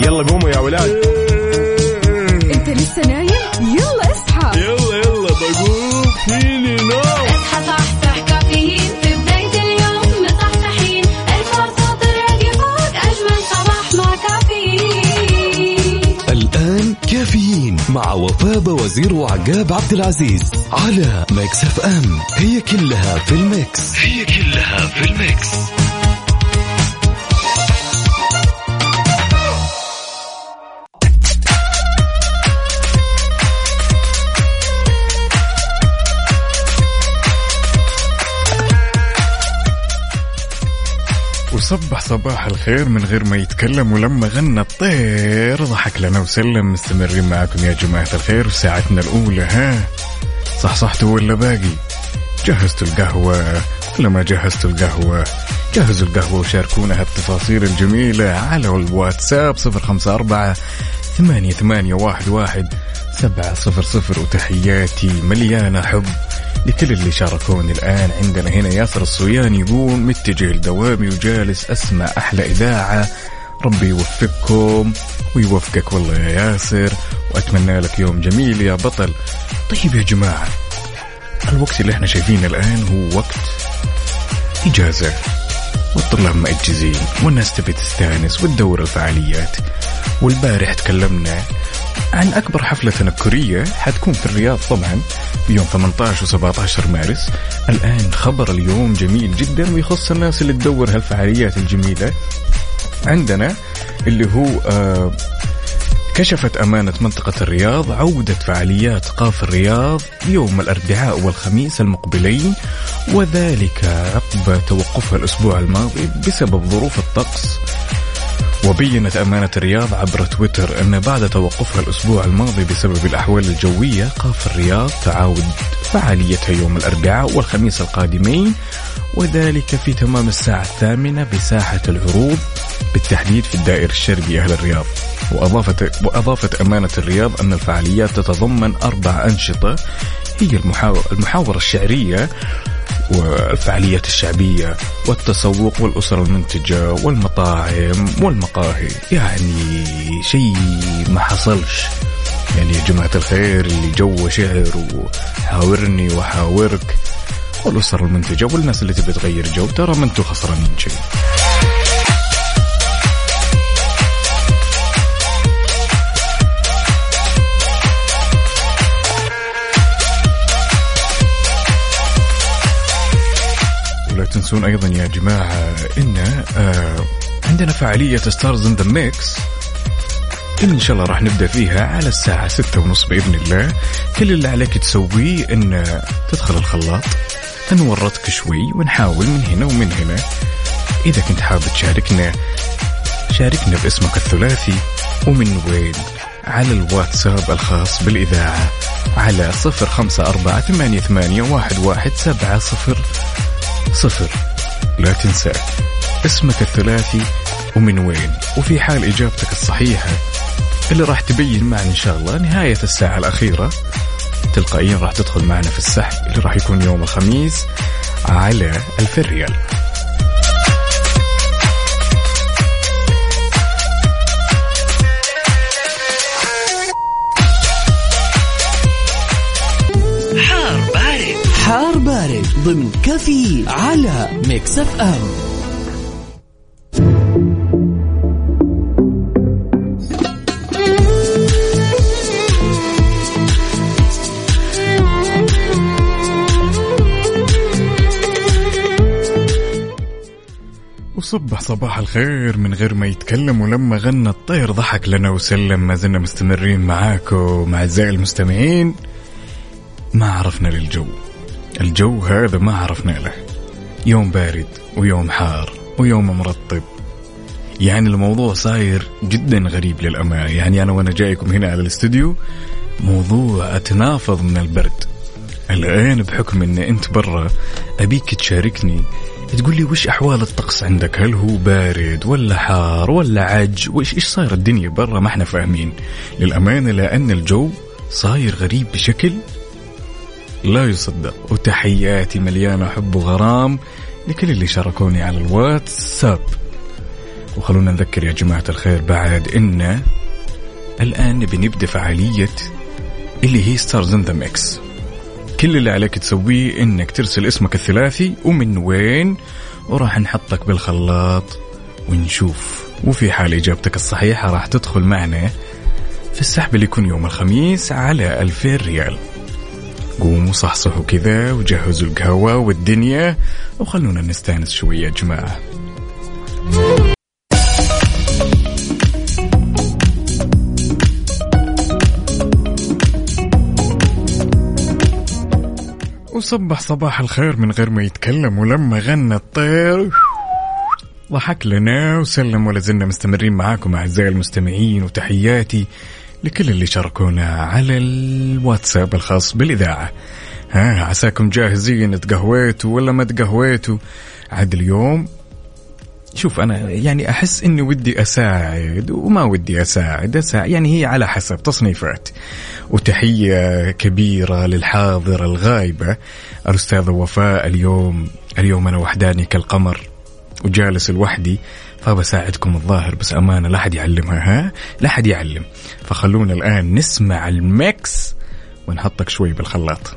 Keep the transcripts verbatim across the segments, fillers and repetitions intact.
يلا قوموا يا ولاد. انت لسه نايم؟ يلا اصحى. يلا يلا بقوم فيني نوم. اصحى صحصح كافيين في بداية اليوم مصحصحين. الفرصة تراك فوق أجمل صباح مع كافيين. الآن كافيين مع وفاء وزير وعقاب عبد العزيز على ميكس اف ام. هي كلها في الميكس. هي كلها في الميكس. وصبح صباح الخير من غير ما يتكلم، ولما غنى الطير ضحك لنا وسلم. مستمرين معكم يا جماعة الخير في ساعتنا الأولى. ها صح صحتوا ولا باقي؟ جهزتوا القهوة ولا ما جهزتوا القهوة؟ جهزوا القهوة وشاركونا هالتفاصيل الجميلة على الواتساب صفر خمسة أربعة ثمانية ثمانية واحد واحد سبعة صفر صفر. وتحياتي مليانة حب لكل اللي شاركوني الآن. عندنا هنا ياسر الصوياني يقول متجه لدوامي وجالس أسمع أحلى إذاعة. ربي يوفقكم ويوفقك والله يا ياسر، وأتمنى لك يوم جميل يا بطل. طيب يا جماعة، الوقت اللي احنا شايفينه الآن هو وقت إجازة، والطلاب مأجزين والناس تبي تستانس وتدور الفعاليات. والبارح تكلمنا عن أكبر حفلة تنكرية حتكون في الرياض طبعا بيوم ثمانية عشر وسبعة عشر مارس. الآن خبر اليوم جميل جدا ويخص الناس اللي تدور هالفعاليات الجميلة. عندنا اللي هو آه كشفت أمانة منطقة الرياض عودة فعاليات قاف الرياض يوم الأربعاء والخميس المقبلين، وذلك عقب توقفها الأسبوع الماضي بسبب ظروف الطقس. وبينت أمانة الرياض عبر تويتر أن بعد توقفها الأسبوع الماضي بسبب الأحوال الجوية، قاف الرياض تعاود فعاليتها يوم الأربعاء والخميس القادمين، وذلك في تمام الساعة الثامنة بساحة العروض بالتحديد في الدائر الشرقي أهل الرياض. وأضافت, وأضافت أمانة الرياض أن الفعاليات تتضمن أربع أنشطة، هي المحاورة الشعرية والفعاليات الشعبية والتسوق والأسر المنتجة والمطاعم والمقاهي. يعني شيء ما حصلش يعني يا جماعة الخير، اللي جو شعر وحاورني وحاورك والأسر المنتجة والناس اللي تبي تغير جو، ترى ما انتوا خسرانين شيء. لا تنسون أيضا يا جماعة إن آه عندنا فعالية ستارز إن ذا ميكس إن شاء الله راح نبدأ فيها على الساعة ستة ونص بإذن الله. كل اللي عليك تسويه إن تدخل الخلاط نورطك شوي ونحاول من هنا ومن هنا. إذا كنت حابب تشاركنا شاركنا باسمك الثلاثي ومن وين على الواتساب الخاص بالإذاعة على صفر خمسة أربعة ثمانية ثمانية واحد واحد سبعة صفر صفر. لا تنسى اسمك الثلاثي ومن وين، وفي حال إجابتك الصحيحة اللي راح تبين معنا إن شاء الله نهاية الساعة الأخيرة تلقائيا راح تدخل معنا في السحب اللي راح يكون يوم الخميس على ألف ريال. حار بارد حار بارد ضمن كافي على ميكس اف ام. وصبح صباح الخير من غير ما يتكلم، ولما غنى الطير ضحك لنا وسلم. ما زلنا مستمرين معاكم مع أعزائي المستمعين. ما عرفنا للجو، الجو هذا ما عرفنا له، يوم بارد ويوم حار ويوم مرطب. يعني الموضوع صاير جدا غريب للأمانة. يعني أنا وأنا جايكم هنا على الاستوديو موضوع أتنافض من البرد الآن. بحكم أن أنت برا أبيك تشاركني تقول لي وش أحوال الطقس عندك، هل هو بارد ولا حار ولا عج، وإيش إيش صاير الدنيا برا ما احنا فاهمين للأمانة، لأن الجو صاير غريب بشكل لا يصدق. وتحياتي مليانة حب وغرام لكل اللي شاركوني على الواتساب. وخلونا نذكر يا جماعة الخير بعد إن الآن بنبدأ فعالية اللي هي ستارز إن ذا ميكس. كل اللي عليك تسويه إنك ترسل اسمك الثلاثي ومن وين، وراح نحطك بالخلاط ونشوف. وفي حال إجابتك الصحيحة راح تدخل معنا في السحب اللي يكون يوم الخميس على ألفين ريال. قوموا صحصحوا كذا وجهزوا القهوة والدنيا وخلونا نستانس شوية يا جماعة. وصبح صباح الخير من غير ما يتكلم، ولما غنى الطير ضحك لنا وسلم. ولا زلنا مستمرين معاكم أعزائي المستمعين، وتحياتي لكل اللي شاركونا على الواتساب الخاص بالإذاعة. ها عساكم جاهزين؟ تقهويتوا ولا ما تقهويتوا؟ عاد اليوم شوف أنا يعني أحس إني ودي أساعد وما ودي أساعد, أساعد يعني هي على حسب تصنيفات. وتحية كبيرة للحاضرة الغايبة الأستاذة وفاء. اليوم اليوم أنا وحداني كالقمر وجالس لوحدي، فبساعدكم الظاهر، بس أمانة لا حد يعلمها، ها لا حد يعلم. فخلونا الآن نسمع الميكس ونحطك شوي بالخلاط.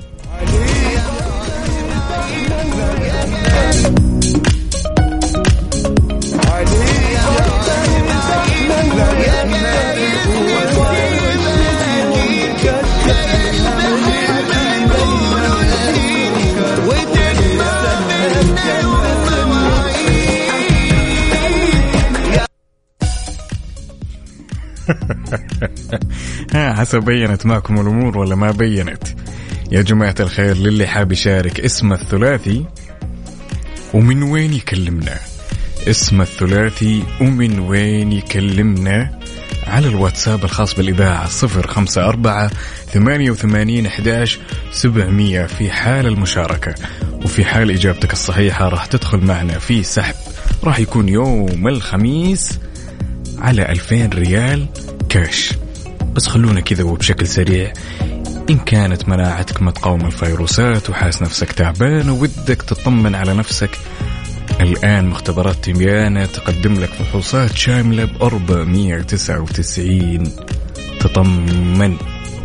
ها حسب بينت معكم الأمور ولا ما بينت يا جماعة الخير؟ للي حاب يشارك اسم الثلاثي ومن وين يكلمنا، اسم الثلاثي ومن وين يكلمنا على الواتساب الخاص بالإذاعة صفر خمسة أربعة ثمانية وثمانين أحداش سبعمية. في حال المشاركة وفي حال إجابتك الصحيحة راح تدخل معنا في سحب، راح يكون يوم الخميس على ألفين ريال كاش. بس خلونا كذا وبشكل سريع، إن كانت مناعتك ما تقاوم الفيروسات وحاس نفسك تعبان وودك تطمن على نفسك، الآن مختبرات تيميانا تقدم لك فحوصات شاملة بأربعمية وتسعة وتسعين. تطمن.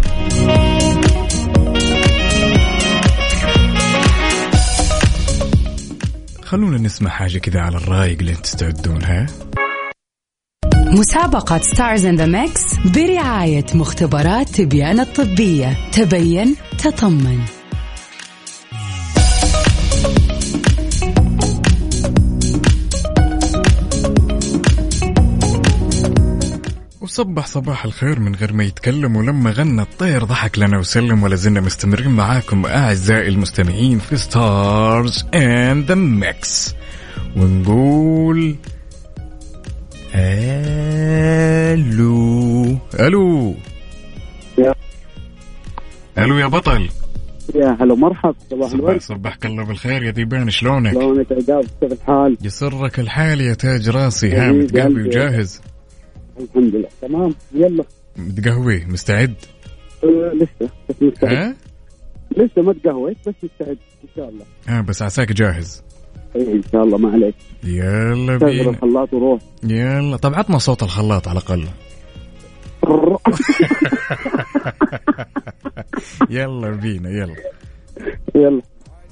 خلونا نسمع حاجة كذا على الرايق اللي تستعدونها. مسابقة ستارز إن ذا ميكس برعاية مختبرات تبيان الطبية. تبين تطمن. وصبح صباح الخير من غير ما يتكلم، ولما غنى الطير ضحك لنا وسلم. ولا زلنا مستمرين معاكم أعزائي المستمعين في ستارز إن ذا ميكس، ونقول الو الو يا الو يا بطل. يا هلا مرحب، صباح صباح الورد. صبحك الله بالخير يا ذيبان، شلونك؟ شلونك عقاب؟ كيف الحال؟ يسرك الحال يا تاج راسي. ها متقهوي وجاهز؟ الحمد لله تمام. يلا متقهوي مستعد؟ أه لسه بس مستعد. ها لسه ما تقهويت بس مستعد ان شاء الله. ها بس عساك جاهز؟ ايه ان شاء الله ما عليك. يلا شغل بينا. الخلاط وروح. يلا طب عطنا صوت الخلاط على الأقل. يلا بينا يلا يلا.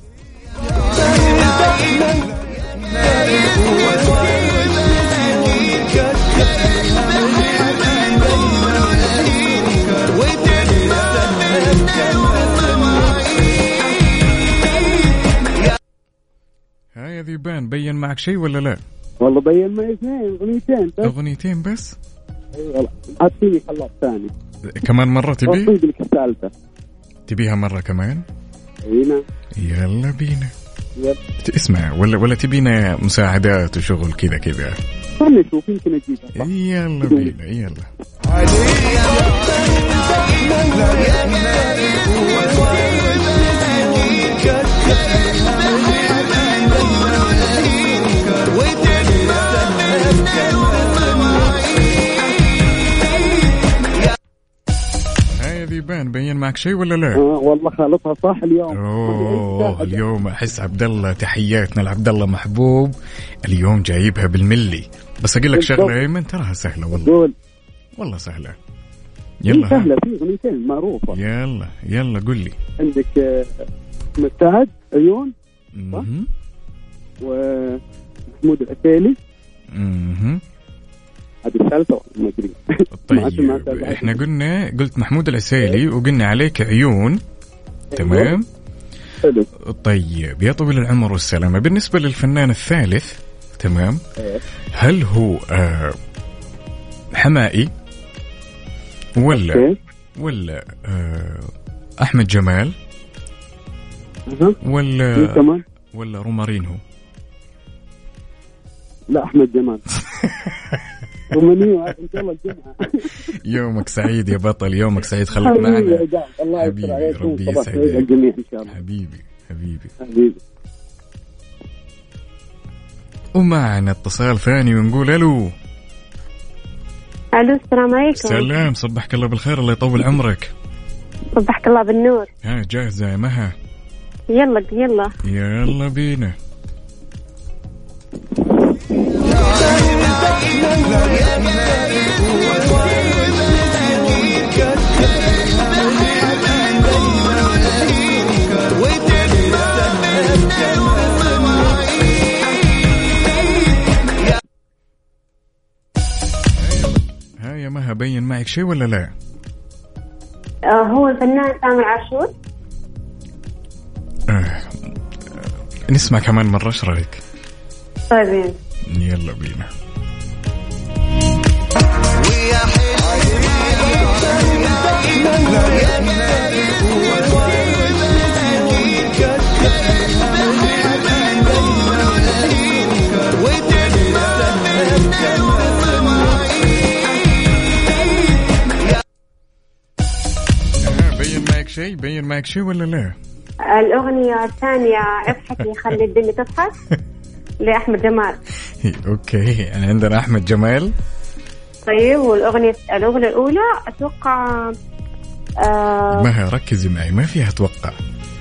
ها يا ذيبان بين معك شيء ولا لا؟ والله بين معي اثنين اغنيتين بس. اغنيتين بس؟ اي والله عطيني خلاط ثاني كمان مرة تبي؟ اصيد لك الثالثة. تبيها مرة كمان؟ اي نعم. يلا بينا. يلا اسمع ولا ولا تبينا مساعدات وشغل كذا كذا؟ خلينا نشوف يمكن اجيبها صح. يلا بينا يلا. هاي ذيبان بين معك شيء ولا لا؟ آه والله خالطها صح اليوم. اوه اليوم احس عبد الله، تحياتنا لعبد الله محبوب، اليوم جايبها بالملي. بس أقول لك بالضبط. شغلة أيمن تراها سهلة والله، دول والله سهلة. هي يلا ها. سهلة، في أغنيتين معروفة. يلا يلا قل لي. عندك آه، أحمد سعد عيون مهم. ومحمود العسيلي. مهم. هذه الثالثة ما أدري. طيب احنا قلنا قلت محمود العسيلي وقلنا عليك عيون. تمام. حلو. طيب يا طويل العمر والسلامة، بالنسبة للفنان الثالث تمام، هل هو آه حمائي ولا أوكي. ولا آه أحمد جمال أها. مين ولا كمان؟ ولا رومارينهو؟ لا أحمد جمال. رومانية إن شاء الله الجمعة. يومك سعيد يا بطل، يومك سعيد، خليك حبيبي معنا يا جماعة. الله حبيبي، يستر عليكم. ربي صباح يسعدك. خير للجميع إن شاء الله. حبيبي حبيبي. حبيبي. ومعنا اتصال ثاني ونقول ألو. الو السلام عليكم. سلام، صبحك الله بالخير، الله يطول عمرك. صبحك الله بالنور. ها جاهزة يا مها؟ يلا يلا يلا بينا. ها يا مها بين معك شيء ولا لا؟ آه هو الفنان تامر عاشور. آه. نسمع كمان مرة، ايش رايك؟ طيب يلا بينا. بين معك شيء بين معك شيء ولا لا؟ الأغنية الثانية اضحكي خلي الدنيا تضحك لأحمد جمال. اوكي، أنا عندنا أحمد جمال. طيب والأغنية الأغنية الأولى أتوقع آه ما ركزي معي، ما فيها أتوقع،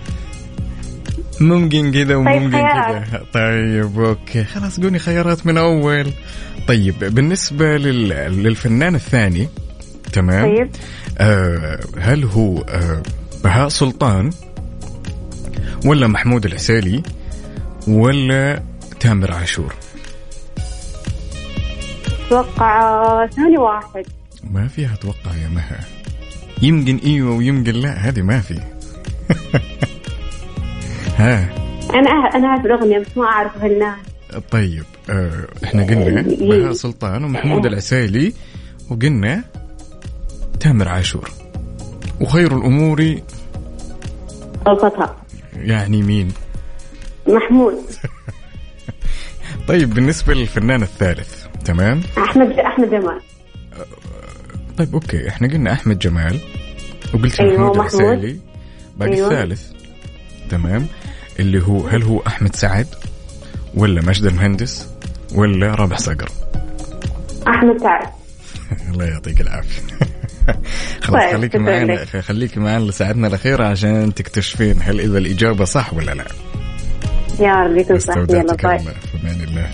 ممكن كذا وممكن كذا. طيب اوكي خلاص قولي خيارات من أول. طيب بالنسبة لل... للفنان الثاني تمام. طيب آه هل هو آه بهاء سلطان ولا محمود العسيلي ولا تامر عاشور؟ أتوقع ثاني واحد. ما فيها أتوقع يا مها، يمكن ايوه ويمكن لا، هذه ما في. ها أنا أنا أعرف الأغنية بس ما أعرف الناس. طيب آه احنا قلنا بهاء سلطان ومحمود العسيلي وقلنا تامر عاشور، وخير الأمور غلطتها يعني مين؟ محمود. طيب بالنسبة للفنان الثالث تمام، أحمد أحمد جمال. طيب أوكي احنا قلنا أحمد جمال وقلت أيوة محمود محمود. العسيلي، باقي أيوة. الثالث تمام اللي هو هل هو أحمد سعد ولا مجد المهندس ولا رابح صقر؟ أحمد سعد. الله يعطيك العافية. خلاص طيب، خليك شكراً معنا لك. خليك معنا لساعتنا الأخيرة عشان تكتشفين هل إذا الإجابة صح ولا لا. يا رب يكون صح. يلا استودعتك باي. الله، في أمان الله.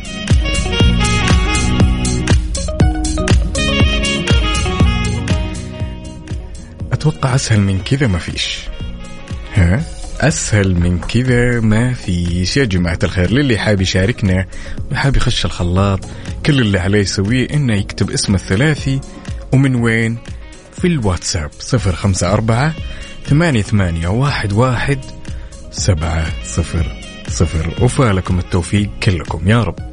أتوقع أسهل من كذا ما فيش. ها أسهل من كذا ما فيش يا جماعة الخير. للي حاب يشاركنا وحاب يخش الخلاط، كل اللي عليه يسويه إنه يكتب اسم الثلاثي ومن وين في الواتساب صفر خمسة أربعة ثمانية ثمانية واحد واحد سبعة صفر صفر. وفالكم التوفيق كلكم يا رب.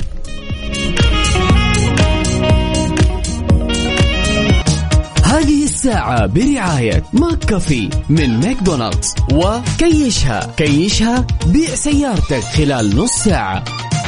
هذه الساعة برعاية ماك كافي من ماكدونالدز وكيشها. كيشها بيع سيارتك خلال نص ساعة.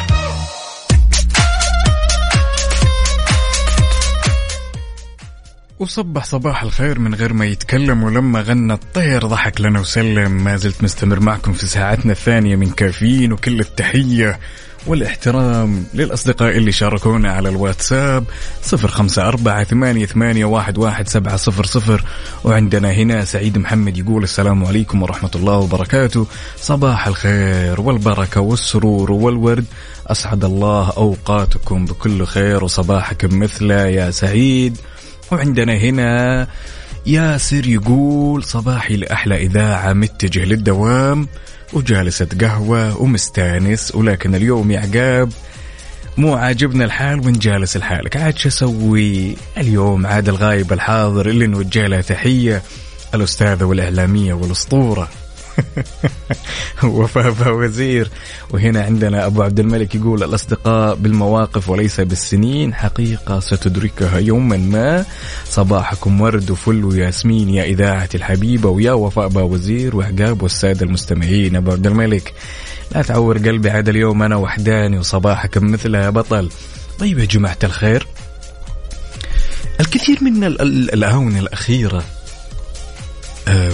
وصبح صباح الخير من غير ما يتكلم، ولما غنى الطير ضحك لنا وسلم. ما زلت مستمر معكم في ساعتنا الثانية من كافيين، وكل التحية والاحترام للأصدقاء اللي شاركونا على الواتساب صفر خمسة أربعة ثمانية ثمانية واحد واحد سبعة صفر صفر. وعندنا هنا سعيد محمد يقول السلام عليكم ورحمة الله وبركاته، صباح الخير والبركة والسرور والورد، أسعد الله أوقاتكم بكل خير وصباحكم مثله يا سعيد. وعندنا هنا ياسر يقول صباحي لأحلى إذاعة، متجه للدوام وجالسة قهوة ومستانس، ولكن اليوم يا عقاب مو عاجبنا الحال ونجالس الحالك، عاد شو أسوي اليوم؟ عاد الغايب الحاضر اللي نوجه له تحية الأستاذة والإعلامية والأسطورة وفاء وزير. وهنا عندنا أبو عبد الملك يقول الأصدقاء بالمواقف وليس بالسنين، حقيقة ستدركها يوما ما. صباحكم ورد وفل وياسمين يا إذاعة الحبيبة، ويا وفاء وزير وعقاب والسادة المستمعين. أبو عبد الملك لا تعور قلبي، عاد اليوم أنا وحداني وصباحكم مثله يا بطل. طيب يا جماعة الخير، الكثير من الآونة الأخيرة أه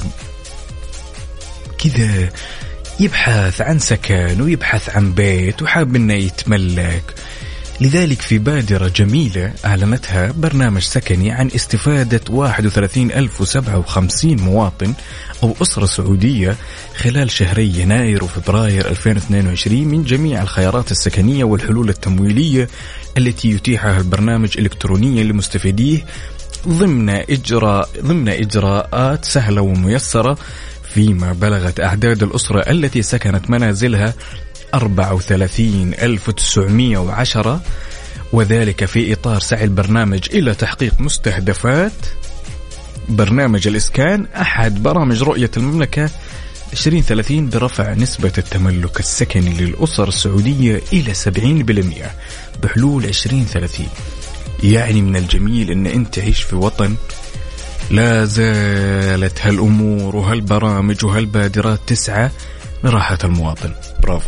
كذا يبحث عن سكن ويبحث عن بيت وحاب انه يتملك، لذلك في بادرة جميلة أعلنتها برنامج سكني عن استفادة واحد وثلاثين ألف وسبعة وخمسين مواطن أو أسرة سعودية خلال شهري يناير وفبراير ألفين واثنين وعشرين من جميع الخيارات السكنية والحلول التمويلية التي يتيحها البرنامج إلكترونيا لمستفيديه ضمن إجراء ضمن إجراءات سهلة وميسرة، فيما بلغت أعداد الأسرة التي سكنت منازلها أربعة وثلاثين ألف وتسعمائة وعشرة، وذلك في إطار سعي البرنامج إلى تحقيق مستهدفات برنامج الإسكان أحد برامج رؤية المملكة عشرين ثلاثين برفع نسبة التملك السكني للأسر السعودية إلى سبعين بالمئة بحلول عشرين ثلاثين. يعني من الجميل أن أنت تعيش في وطن لا زالت هالأمور وهالبرامج وهالبادرات تسعى لراحة المواطن. برافو.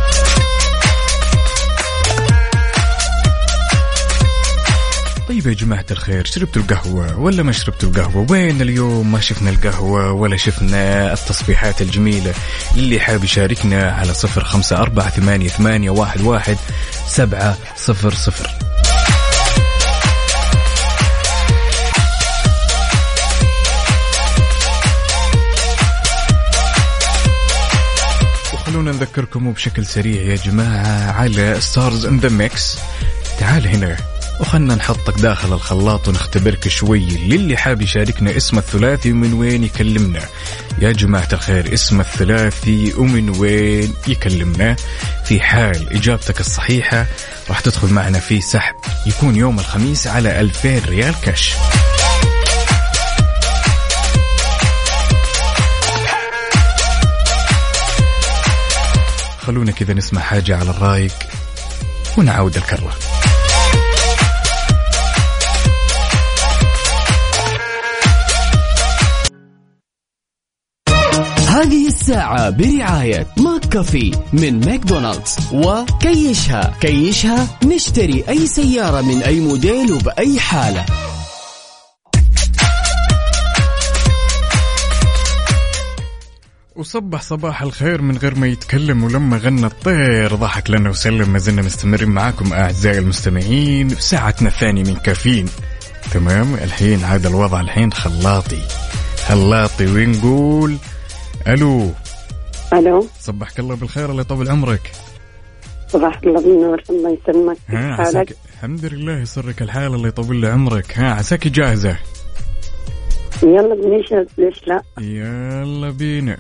طيب يا جماعة الخير، شربتوا القهوة ولا ما شربتوا القهوة؟ وين اليوم ما شفنا القهوة ولا شفنا التصبيحات الجميلة؟ اللي حاب يشاركنا على صفر خمسة أربعة ثمانية ثمانية واحد واحد سبعة صفر صفر. خلونا نذكركم بشكل سريع يا جماعة على ستارز ان ذا ميكس. تعال هنا وخلنا نحطك داخل الخلاط ونختبرك شوي. للي حاب يشاركنا اسم الثلاثي ومن وين يكلمنا يا جماعة الخير، اسم الثلاثي ومن وين يكلمنا، في حال إجابتك الصحيحة راح تدخل معنا في سحب يكون يوم الخميس على ألفين ريال كاش. خلونا كذا نسمع حاجة على الرايق ونعود الكرة. هذه الساعة برعاية ماك كافي من ماكدونالدز وكيشها. كيشها نشتري أي سيارة من أي موديل وبأي حالة. وصبح صباح الخير من غير ما يتكلم، ولما غنى الطير ضحك لنا وسلم. ما زلنا مستمرين معاكم أعزائي المستمعين في ساعتنا الثانية من كافيين. تمام، الحين عاد الوضع الحين خلاطي خلاطي ونقول ألو. ألو، صبحك الله بالخير، الله يطول عمرك. صباح الله بالنور، الله يسلمك. ها عساك؟ الحمد لله يسرك الحال، الله يطول عمرك. ها عساك جاهزة؟ يلا بنشهد، ليش لا؟ يلا بينا.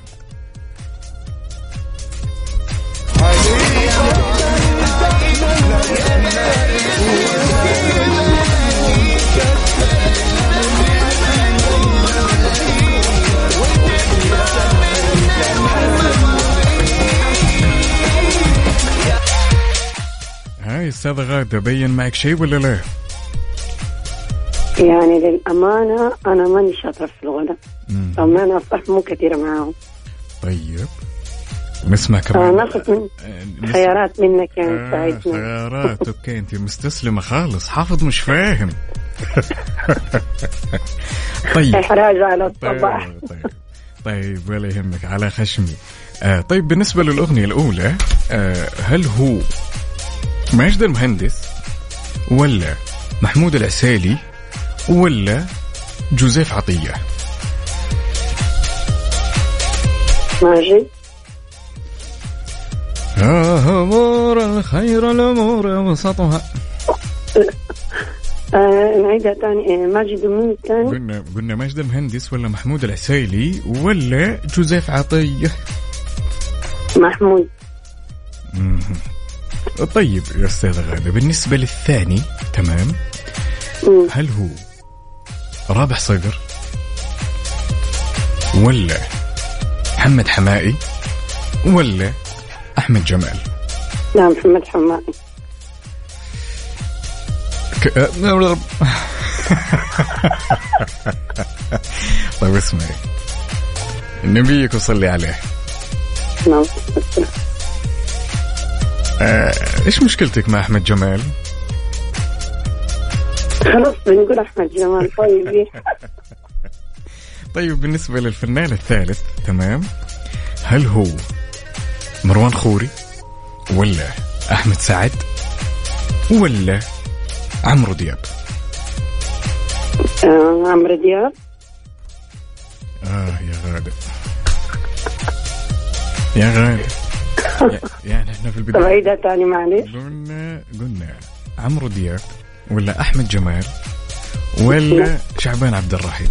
هاي أستاذة غادة، بين معك شيء ولا لا؟ يعني للأمانة أنا ماني شاطرة في الغداء، أمانة الصح مو كثيرة معاهم. طيب نسمع كمان. آه ناخذ من نسمع. خيارات منك يعني آه تساعدنا. خيارات أوكي، أنت مستسلمة خالص، حافظ مش فاهم. طيب إحراج على الصباح. طيب, طيب طيب ولا يهمك على خشمي. آه طيب بالنسبة للأغنية الأولى، آه هل هو ماجد المهندس ولا محمود العسيلي ولا جوزيف عطية؟ ماجد. ها أمور الخير الأمور وسطها. آه نعيدها تاني. ماجد مين تاني؟ قلنا قلنا ماجد المهندس ولا محمود العسيلي ولا جوزيف عطية؟ محمود. مم. طيب يا أستاذة غادة، بالنسبة للثاني تمام، مم. هل هو رابح صقر ولا محمد حمائي ولا أحمد جمال؟ لا محمد حمائي. ك... طيب اسمعي، نبيك وصلي عليه. نعم. آه، إيش مشكلتك مع أحمد جمال؟ خلاص بنقول أحمد جمال. طيب. طيب بالنسبة للفنان الثالث تمام، هل هو مروان خوري ولا أحمد سعد ولا عمرو دياب؟ آه، عمرو دياب. آه يا غادة يا غادة يعني احنا في البداية. طب عيدها تاني معلش. قلنا قلنا عمرو دياب ولا أحمد جمال ولا شعبان عبد الرحيم؟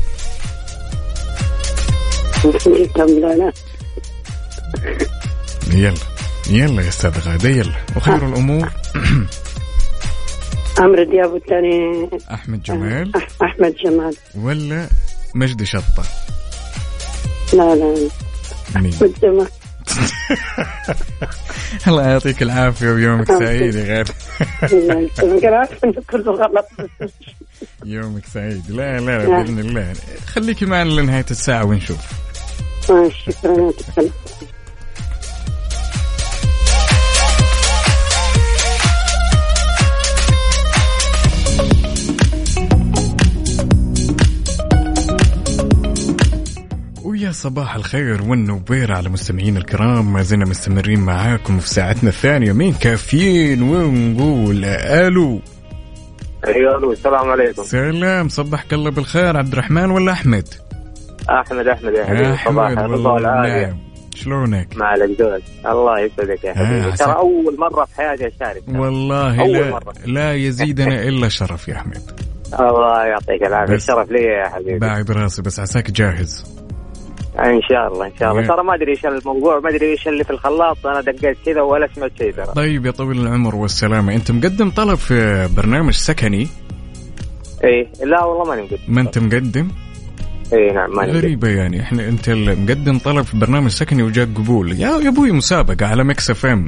لا لا. يلا يلا يا أستاذ غادة يلا. وخير الأمور عمرو دياب والثاني أحمد جمال. أحمد جمال ولا مجد شطة؟ لا لا مين؟ أحمد جمال. الله يعطيك العافية ويومك سعيد يا غادة. يومك سعيد. لا لا لا بإذن الله خليكي معنا لنهاية الساعة ونشوف. شكرا. ويا صباح الخير والنوبير على مستمعين الكرام، ما زلنا مستمرين معاكم في ساعتنا الثانية من كافيين ونقول ألو. أيوة السلام عليكم. سلام، صبحك الله بالخير. عبد الرحمن ولا أحمد؟ أحمد. أحمد يا حبيبي. صباح الرضا والعافية. شلونك؟ مع الجدود. الله يسعدك يا حبيبي. ترى أول مرة في حياتي أشارك. والله لا, مرة. لا يزيدنا إلا شرف يا أحمد. الله يعطيك العافية. الشرف لي يا حبيبي. باعي براسي بس عساك جاهز. ان شاء الله ان شاء الله. ترى ما ادري ايش الموضوع، ما ادري ايش اللي في الخلاط، انا دقيت كذا ولا سمعت شيء ترى. طيب يا طويل العمر والسلامه، انت مقدم طلب في برنامج سكني؟ ايه لا والله ماني مقدم. ما انت مقدم؟ ايه نعم ماني. غريبه يعني، احنا انت اللي مقدم طلب في برنامج سكني وجاك قبول. يا يا ابوي مسابقه على ميكس اف ام.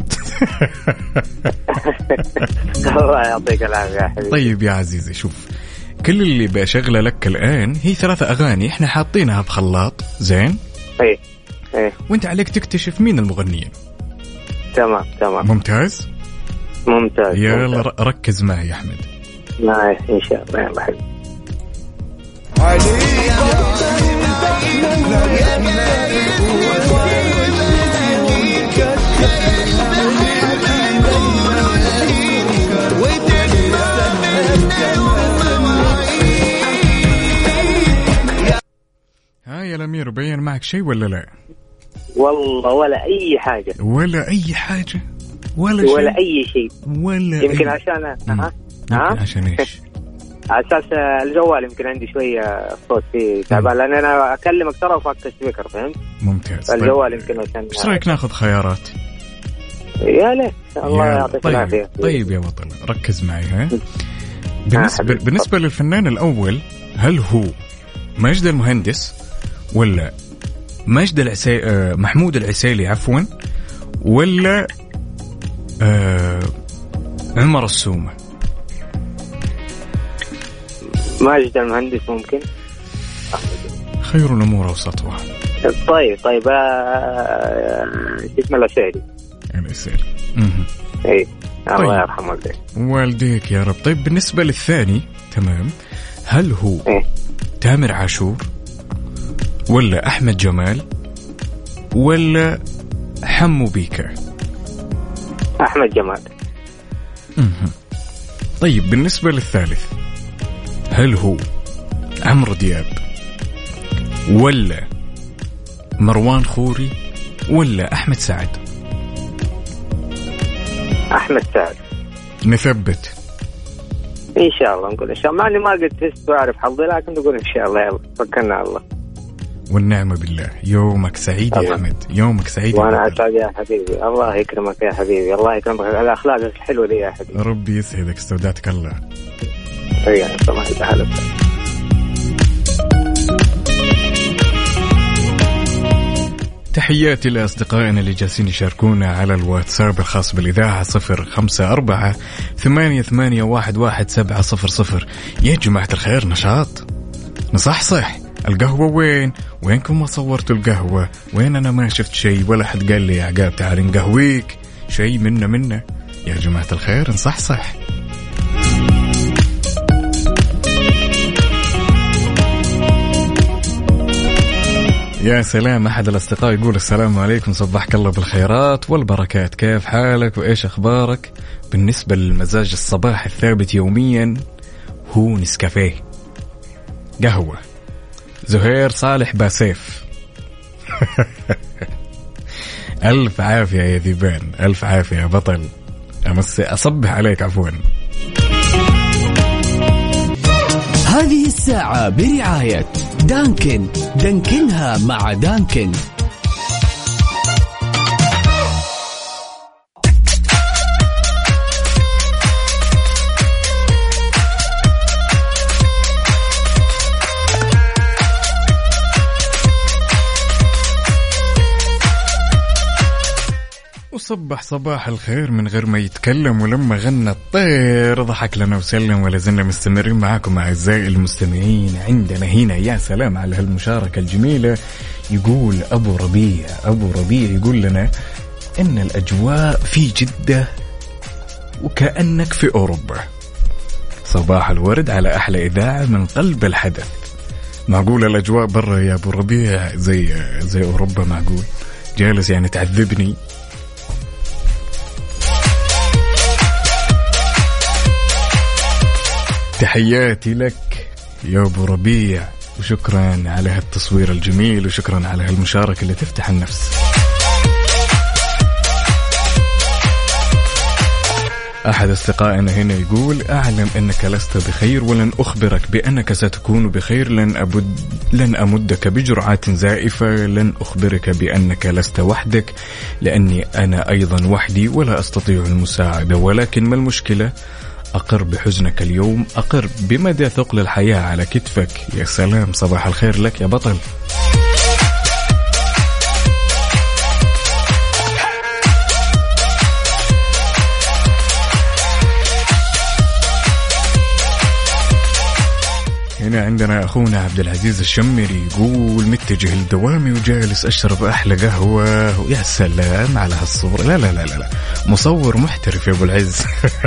الله يعطيك العافيه يا حبيبي. طيب يا عزيزي شوف، كل اللي بشغله لك الان هي ثلاثه اغاني احنا حاطينها بخلاط زين. ايه ايه. وانت عليك تكتشف مين المغنيين. تمام تمام. ممتاز ممتاز. يلا ممتاز. ركز معي يا احمد. لا ان شاء الله يا حبيبي. ها يا الأمير، بين معك شيء ولا لا؟ والله ولا أي حاجة. ولا أي حاجة ولا شيء ولا أي شيء ولا يمكن أي... عشان ها يمكن عشان إيش؟ على أساس الجوال يمكن عندي شوية صوت فيه تعبان، لأن أنا أكلمك ترى وفاك السبيكر فهمت؟ ممتاز. الجوال يمكن عشان. إيش رأيك ناخذ خيارات؟ يا ليت الله يعطيك طيب. العافية. طيب يا بطل ركز معي. ها بالنسبة بالنسبة للفنان الأول، هل هو ماجد المهندس ولا ماجد العسي... آه محمود العسيلي عفوا ولا آه عمر السومة؟ ماجد المهندس ممكن. خير الأمور أوسطها. طيب طيب اسم العسيلي. العسيلي. اي الله طيب. يرحم والديك. والديك يا رب. طيب بالنسبة للثاني تمام، هل هو إيه؟ تامر عاشور ولا أحمد جمال ولا حمو بيكا؟ أحمد جمال. طيب بالنسبة للثالث، هل هو عمرو دياب ولا مروان خوري ولا أحمد سعد؟ أحمد سعد. نثبت إن شاء الله، نقول إن شاء الله، مع إني ما قد فزت وأعرف حظي، لكن نقول إن شاء الله. يلا توكلنا على الله. والنعمة بالله. يومك سعيد يا أحمد، يومك سعيد. وأنا أسعد يا حبيبي، الله يكرمك يا حبيبي، الله يكرمك على الأخلاق الحلوة دي يا حبيبي. ربي يسعدك، استودعتك الله. يعني طبعا تعال. تحياتي لأصدقائنا اللي جالسين يشاركونا على الواتساب الخاص بالإذاعة صفر خمسة أربعة ثمانية ثمانية واحد واحد سبعة صفر صفر. يا جماعة الخير، نشاط نصحصح. القهوة وين؟ وينكم ما صورتوا القهوة؟ وين أنا ما شفت شيء ولا حد قال لي يا عقاب تعال نقهويك شيء منا منا. يا جماعة الخير نصحصح. يا سلام، أحد الأصدقاء يقول السلام عليكم، صبحك الله بالخيرات والبركات، كيف حالك وإيش أخبارك؟ بالنسبة للمزاج الصباح الثابت يوميا هو نسكافيه قهوة. زهير صالح باسيف. ألف عافية يا ذيبان، ألف عافية يا بطل. أمس أصبح عليك عفوا. هذه الساعة برعاية دانكن، دانكنها مع دانكن. وصبح صباح الخير من غير ما يتكلم، ولما غنى الطير ضحك لنا وسلم. ولا زلنا مستمرين معكم أعزائي المستمعين. عندنا هنا يا سلام على هالمشاركة الجميلة. يقول أبو ربيع، أبو ربيع يقول لنا إن الأجواء في جدة وكأنك في أوروبا. صباح الورد على أحلى إذاعة من قلب الحدث. معقول الأجواء برا يا أبو ربيع زي زي أوروبا؟ معقول جالس يعني تعذبني؟ تحياتي لك يا أبو ربيع، وشكرا على هالتصوير الجميل، وشكرا على هالمشاركة اللي تفتح النفس. أحد أصدقائنا هنا يقول أعلم أنك لست بخير ولن أخبرك بأنك ستكون بخير، لن أبد لن أمدك بجرعات زائفة، لن أخبرك بأنك لست وحدك لأني أنا أيضا وحدي ولا أستطيع المساعدة، ولكن ما المشكلة؟ أقر بحزنك اليوم، أقر بمدى ثقل الحياة على كتفك. يا سلام، صباح الخير لك يا بطل. هنا عندنا أخونا عبد العزيز الشمري يقول متجه لدوامي وجالس أشرب أحلى قهوة. يا سلام على هالصورة. لا لا لا لا, لا. مصور محترف يا أبو العز.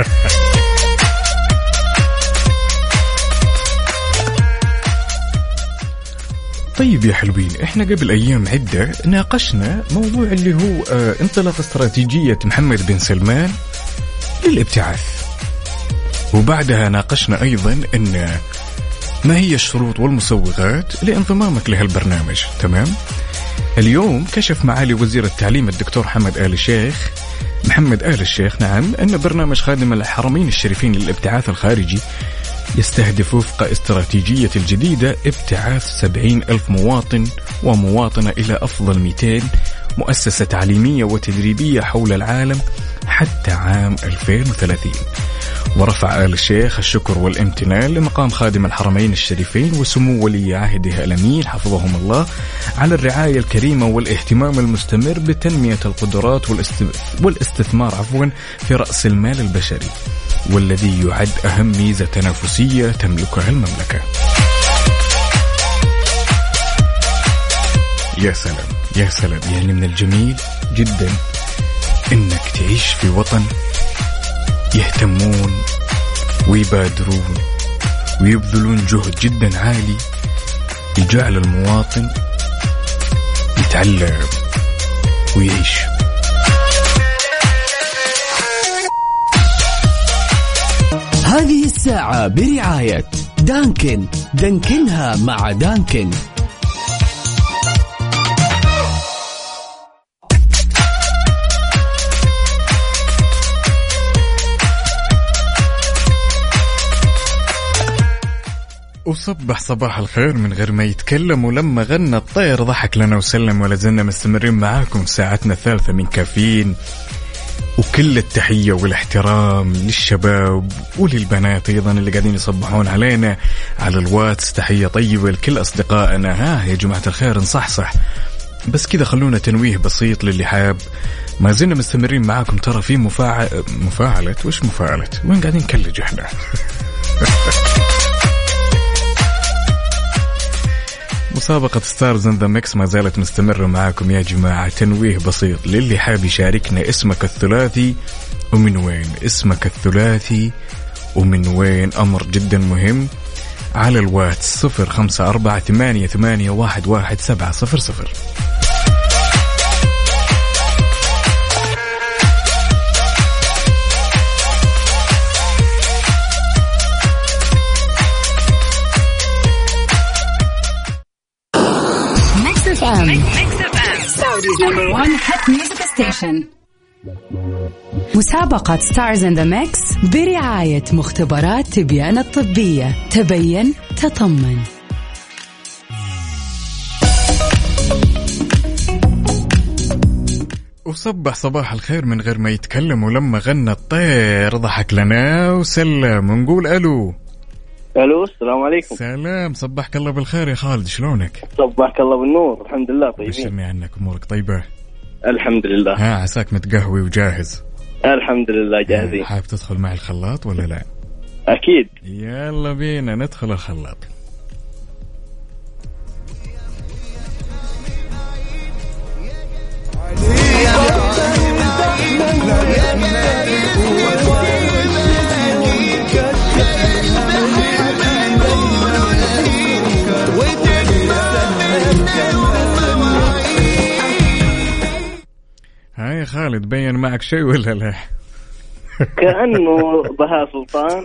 طيب يا حلوين، احنا قبل أيام عدة ناقشنا موضوع اللي هو اه انطلاق استراتيجية محمد بن سلمان للابتعاث، وبعدها ناقشنا أيضا أن ما هي الشروط والمسوغات لانضمامك لهالبرنامج. تمام. اليوم كشف معالي وزير التعليم الدكتور محمد آل الشيخ محمد آل الشيخ نعم أن برنامج خادم الحرمين الشريفين للابتعاث الخارجي يستهدف وفق استراتيجية الجديدة ابتعاث سبعين ألف مواطن ومواطنة إلى أفضل مئتين مؤسسة تعليمية وتدريبية حول العالم حتى عام ألفين وثلاثين. ورفع آل الشيخ الشكر والامتنان لمقام خادم الحرمين الشريفين وسمو ولي عهده الأمين حفظهم الله على الرعاية الكريمة والاهتمام المستمر بتنمية القدرات والاستثمار عفوا في رأس المال البشري، والذي يعد أهم ميزة تنافسية تملكها المملكة. يا سلام يا سلام، يعني من الجميل جدا إنك تعيش في وطن يهتمون ويبادرون ويبذلون جهد جدا عالي لجعل المواطن يتعلم ويعيش. هذه الساعة برعاية دانكن، دانكنها مع دانكن. وصبح صباح الخير من غير ما يتكلم، ولما غنى الطير ضحك لنا وسلم، ولا زلنا مستمرين معاكم في ساعتنا الثالثة من كافيين. وكل التحية والاحترام للشباب وللبنات أيضا اللي قاعدين يصبحون علينا على الواتس. تحية طيبة لكل أصدقائنا. ها يا جماعة الخير نصحصح بس كذا، خلونا تنويه بسيط للي حاب. ما زلنا مستمرين معاكم ترى في مفاعل مفاعلة وش مفاعلة وين قاعدين نكلج احنا مسابقة ستارز ان ذا ميكس ما زالت مستمرة معاكم يا جماعة. تنويه بسيط للي حاب يشاركنا، اسمك الثلاثي ومن وين، اسمك الثلاثي ومن وين، أمر جدا مهم. على الواتس صفر خمسة أربعة ثمانية ثمانية واحد واحد سبعة صفر صفر. مسابقة ستارز ان ذا ميكس برعاية مختبرات تبيان الطبية. تبين تطمن. وصبح صباح الخير من غير ما يتكلم، ولما غنى الطير ضحك لنا وسلم، ونقول ألو. ألو السلام عليكم. سلام، صبحك الله بالخير يا خالد، شلونك؟ صبحك الله بالنور، الحمد لله طيبين. بشرني عنك، أمورك طيبة؟ الحمد لله. ها عساك متقهوي وجاهز؟ الحمد لله جاهزين. حاب تدخل مع الخلاط ولا لا؟ أكيد. يلا بينا ندخل الخلاط. هاي خالد بين معك شيء ولا لا؟ كأنه بهاء سلطان.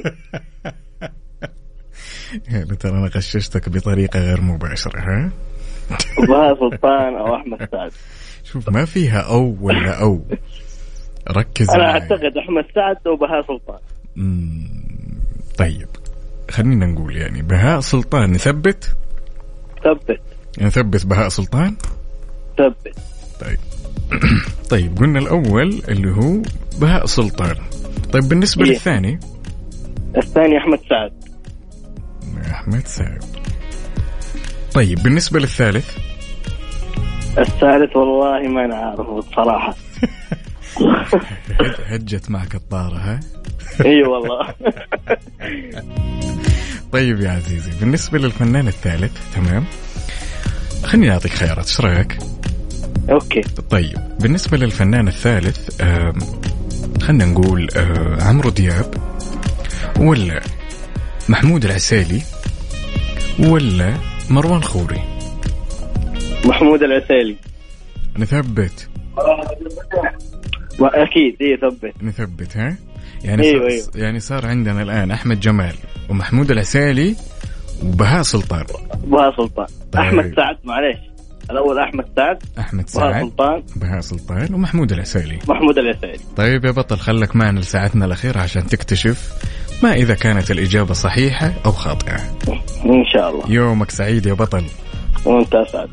يعني ترى أنا غششتك بطريقة غير مباشرة. ها بهاء سلطان أو أحمد سعد. شوف ما فيها أو ولا أو، ركز. أنا أعتقد أحمد سعد أو بهاء سلطان. مم. طيب خلينا نقول يعني بهاء سلطان. نثبت ثبت نثبت بهاء سلطان ثبت. طيب طيب قلنا الأول اللي هو بهاء سلطان. طيب بالنسبة إيه؟ للثاني الثاني أحمد سعد. أحمد سعد. طيب بالنسبة للثالث الثالث والله ما نعرفه بصراحة. هجت معك الطارة ها؟ اي والله. طيب يا عزيزي بالنسبة للفنان الثالث، تمام، خليني أعطيك خيارات، ايش رأيك؟ اوكي. طيب بالنسبة للفنان الثالث خلينا نقول عمرو دياب ولا محمود العسيلي ولا مروان خوري؟ محمود العسيلي. نثبت؟ أكيد إيه ثبت. نثبت ها؟ يعني أيوة صار أيوة. يعني صار عندنا الآن أحمد جمال ومحمود العسيلي وبهاء سلطان. بهاء سلطان. طيب. أحمد سعد معليش الأول أحمد سعد. أحمد سعد. بهاء سلطان. بهاء سلطان ومحمود العسيلي. محمود العسيلي. طيب يا بطل خلك معنا لساعتنا الأخيرة عشان تكتشف ما إذا كانت الإجابة صحيحة أو خاطئة. إن شاء الله. يومك سعيد يا بطل. وأنت أسعد.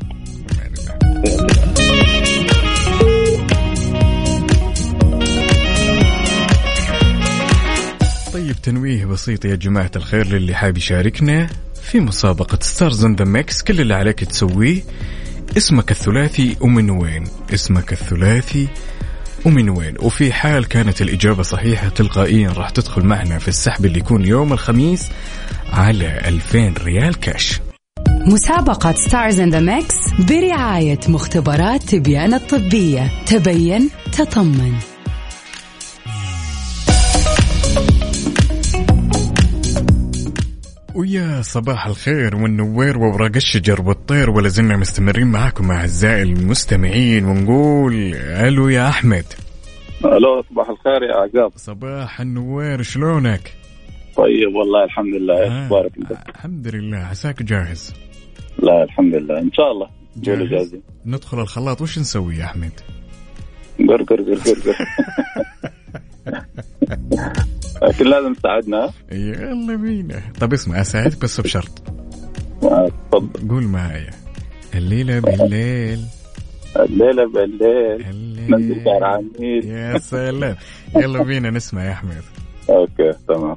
طيب تنويه بسيط يا جماعة الخير للي حاب يشاركنا في مسابقة ستارز ان ذا ميكس. كل اللي عليك تسويه اسمك الثلاثي ومن وين، اسمك الثلاثي ومن وين، وفي حال كانت الإجابة صحيحة تلقائيا راح تدخل معنا في السحب اللي يكون يوم الخميس على ألفين ريال كاش. مسابقة ستارز ان ذا ميكس برعاية مختبرات تبيان الطبية. تبين تطمن. ويا صباح الخير والنوير وورق الشجر والطير، ولا زلنا مستمرين معاكم أعزائي المستمعين، ونقول ألو يا أحمد. ألو صباح الخير يا عقاب. صباح النوير، شلونك؟ طيب والله الحمد لله. ايش اخبارك انت؟ الحمد لله. عساك جاهز؟ لا الحمد لله ان شاء الله جاهز. ندخل الخلاط. وش نسوي يا احمد؟ قرقر قرقر قرقر. لكن لازم تساعدنا. يلا بينا. طب اسمع اساعدك بس بشرط. تفضل. قول معايا الليلة بالليل الليلة بالليل ننزل شارع عميد. يا سلام. يلا بينا نسمع يا أحمد. أوكي تمام.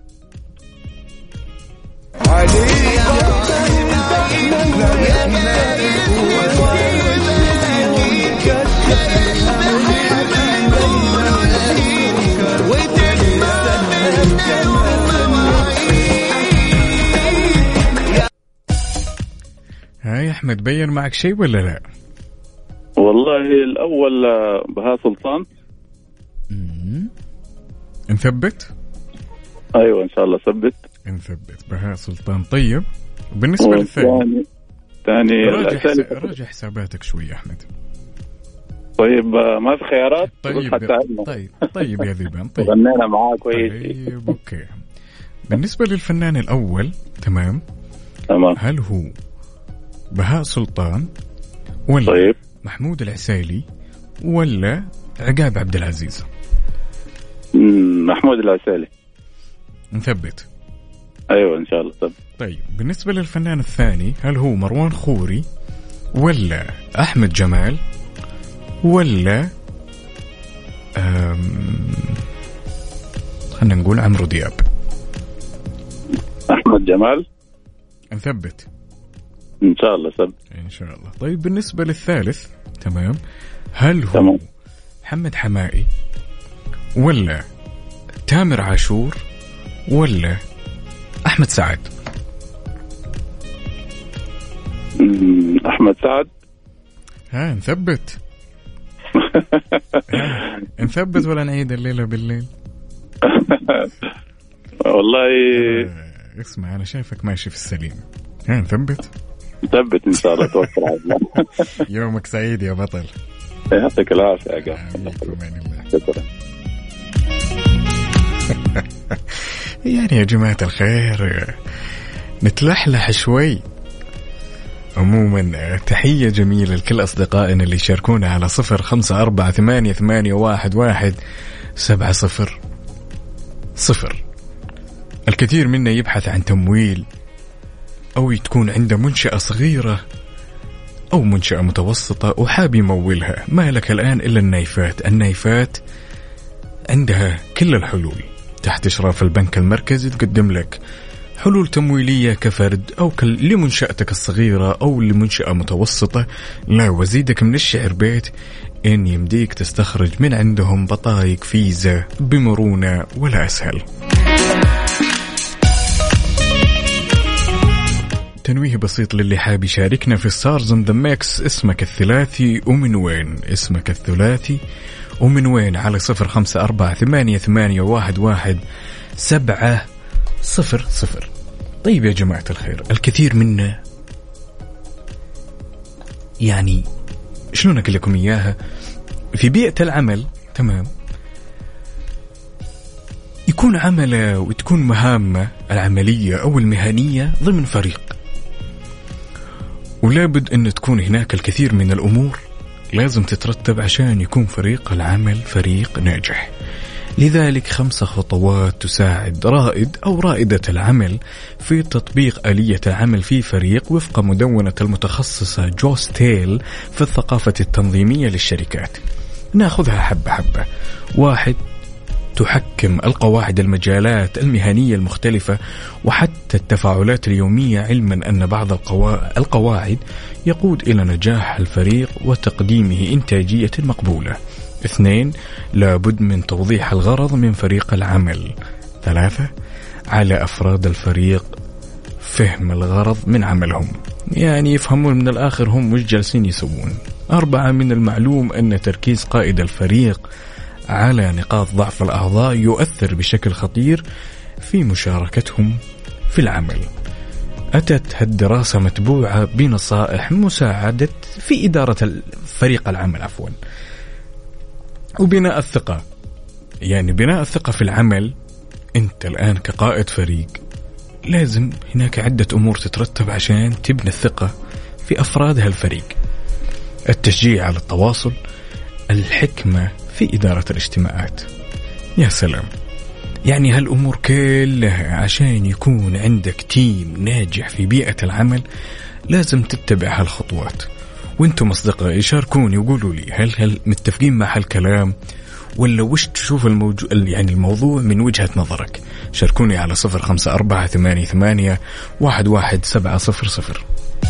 هاي أحمد بين معك شيء ولا لا؟ والله الأول بهاء سلطان. نثبت؟ أيوة إن شاء الله ثبت. نثبت بهاء سلطان. طيب بالنسبة للثاني ثاني راجع, حساب... راجع حساباتك شوي أحمد. طيب ما في خيارات؟ طيب طيب طيب يا ذيبان. طيب غنينا معاك كويس. طيب أوكي. بالنسبة للفنان الأول تمام تمام. هل هو بهاء سلطان ولا طيب محمود العسيلي ولا عقاب عبد العزيز؟ محمود العسيلي. نثبت. ايوه ان شاء الله. طب طيب بالنسبة للفنان الثاني هل هو مروان خوري ولا احمد جمال ولا أم... خلنا نقول عمرو دياب؟ احمد جمال. نثبت ان شاء الله. سب ان شاء الله. طيب بالنسبة للثالث تمام هل هو تمام. محمد حمائي ولا تامر عاشور ولا أحمد سعد؟ أحمد سعد. ها نثبت. نثبت ولا نعيد الليلة بالليل؟ والله آه اسمع أنا شايفك ماشي في السليم. ها نثبت. نثبت إن شاء الله. توكل على الله. يومك سعيد يا بطل. يعطيك العافية يا شكرا. يعني يا جماعة الخير نتلحلح شوي. عموما تحية جميلة لكل أصدقائنا اللي يشاركونا على صفر خمسة أربعة ثمانية ثمانية واحد واحد سبعة صفر صفر. الكثير منا يبحث عن تمويل أو تكون عنده منشأة صغيرة أو منشأة متوسطة وحاب يمولها. ما لك الآن إلا النايفات. النايفات عندها كل الحلول تحت إشراف البنك المركزي. تقدم لك حلول تمويلية كفرد أو لمنشأتك الصغيرة أو لمنشأة متوسطة. لا وزيدك من الشعر بيت إن يمديك تستخرج من عندهم بطايق فيزا بمرونة ولا أسهل. تنويه بسيط للي حاب يشاركنا في ستارز ان ذا ميكس. اسمك الثلاثي ومن وين؟ اسمك الثلاثي ومن وين؟ على صفر خمسة أربعة ثمانية ثمانية واحد واحد سبعة صفر صفر. طيب يا جماعة الخير الكثير منا يعني شلون أقول لكم إياها في بيئة العمل تمام يكون عمله وتكون مهامة العملية أو المهنية ضمن فريق، ولا بد أن تكون هناك الكثير من الأمور لازم تترتب عشان يكون فريق العمل فريق ناجح. لذلك خمسة خطوات تساعد رائد أو رائدة العمل في تطبيق آلية العمل في فريق وفق مدونة المتخصصة جو ستيل في الثقافة التنظيمية للشركات. ناخذها حبة حبة. واحد، تحكم القواعد المجالات المهنية المختلفة وحتى التفاعلات اليومية، علما أن بعض القواعد يقود إلى نجاح الفريق وتقديمه إنتاجية مقبولة. اثنين، لابد من توضيح الغرض من فريق العمل. ثلاثة، على أفراد الفريق فهم الغرض من عملهم، يعني يفهمون من الآخر هم مش جالسين يسوون. أربعة، من المعلوم أن تركيز قائد الفريق على نقاط ضعف الأعضاء يؤثر بشكل خطير في مشاركتهم في العمل. أتت الدراسة متبوعة بنصائح مساعدة في إدارة فريق العمل عفوا وبناء الثقة، يعني بناء الثقة في العمل أنت الآن كقائد فريق لازم هناك عدة أمور تترتب عشان تبني الثقة في أفراد هالفريق. التشجيع على التواصل، الحكمة في إدارة الاجتماعات. يا سلام، يعني هالأمور كلها عشان يكون عندك تيم ناجح في بيئة العمل لازم تتبع هالخطوات. وانتم أصدقائي شاركوني وقولوا لي هل هل متفقين مع هالكلام ولا وش تشوف الموجو... يعني الموضوع من وجهة نظرك؟ شاركوني على صفر خمسة أربعة ثمانية ثمانية واحد واحد سبعة صفر صفر.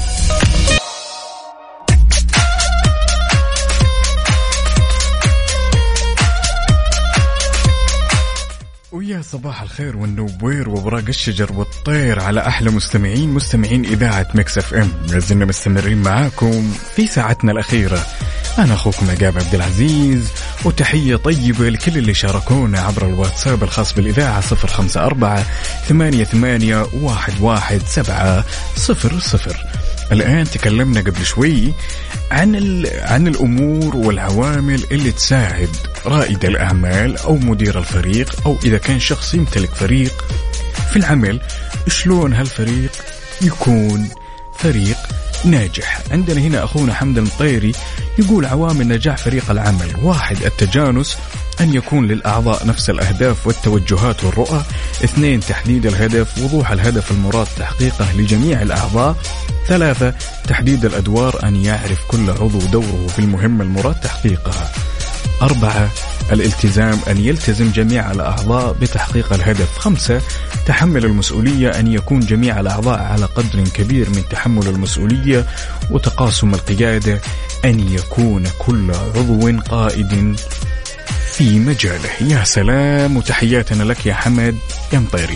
ويا صباح الخير والنوير وبراق الشجر والطير على أحلى مستمعين مستمعين إذاعة ميكس اف ام. لازلنا مستمرين معاكم في ساعتنا الأخيرة. أنا أخوكم عقاب عبد العزيز، وتحية طيبة لكل اللي شاركونا عبر الواتساب الخاص بالإذاعة صفر خمسة أربعة ثمانية ثمانية واحد واحد سبعة صفر صفر. الآن تكلمنا قبل شوي عن عن الأمور والعوامل اللي تساعد رائد الأعمال أو مدير الفريق أو إذا كان شخص يمتلك فريق في العمل، شلون هالفريق يكون فريق ناجح. عندنا هنا أخونا حمد المطيري يقول عوامل نجاح فريق العمل: واحد، التجانس، أن يكون للأعضاء نفس الأهداف والتوجهات والرؤى. اثنين، تحديد الهدف، وضوح الهدف المراد تحقيقه لجميع الأعضاء. ثلاثة، تحديد الأدوار، أن يعرف كل عضو دوره في المهمة المراد تحقيقها. أربعة، الالتزام، أن يلتزم جميع الأعضاء بتحقيق الهدف. خمسة، تحمل المسؤولية، أن يكون جميع الأعضاء على قدر كبير من تحمل المسؤولية وتقاسم القيادة، أن يكون كل عضو قائد في مجاله. يا سلام، وتحياتنا لك يا حمد يا مطيري.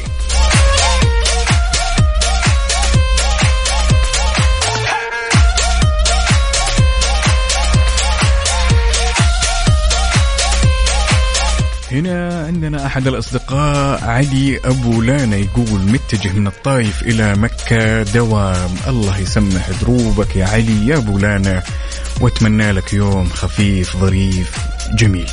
هنا عندنا أحد الأصدقاء علي أبو لانا يقول متجه من الطائف إلى مكة دوام. الله يسمح دروبك يا علي يا أبو لانا، واتمنى لك يوم خفيف ظريف جميل.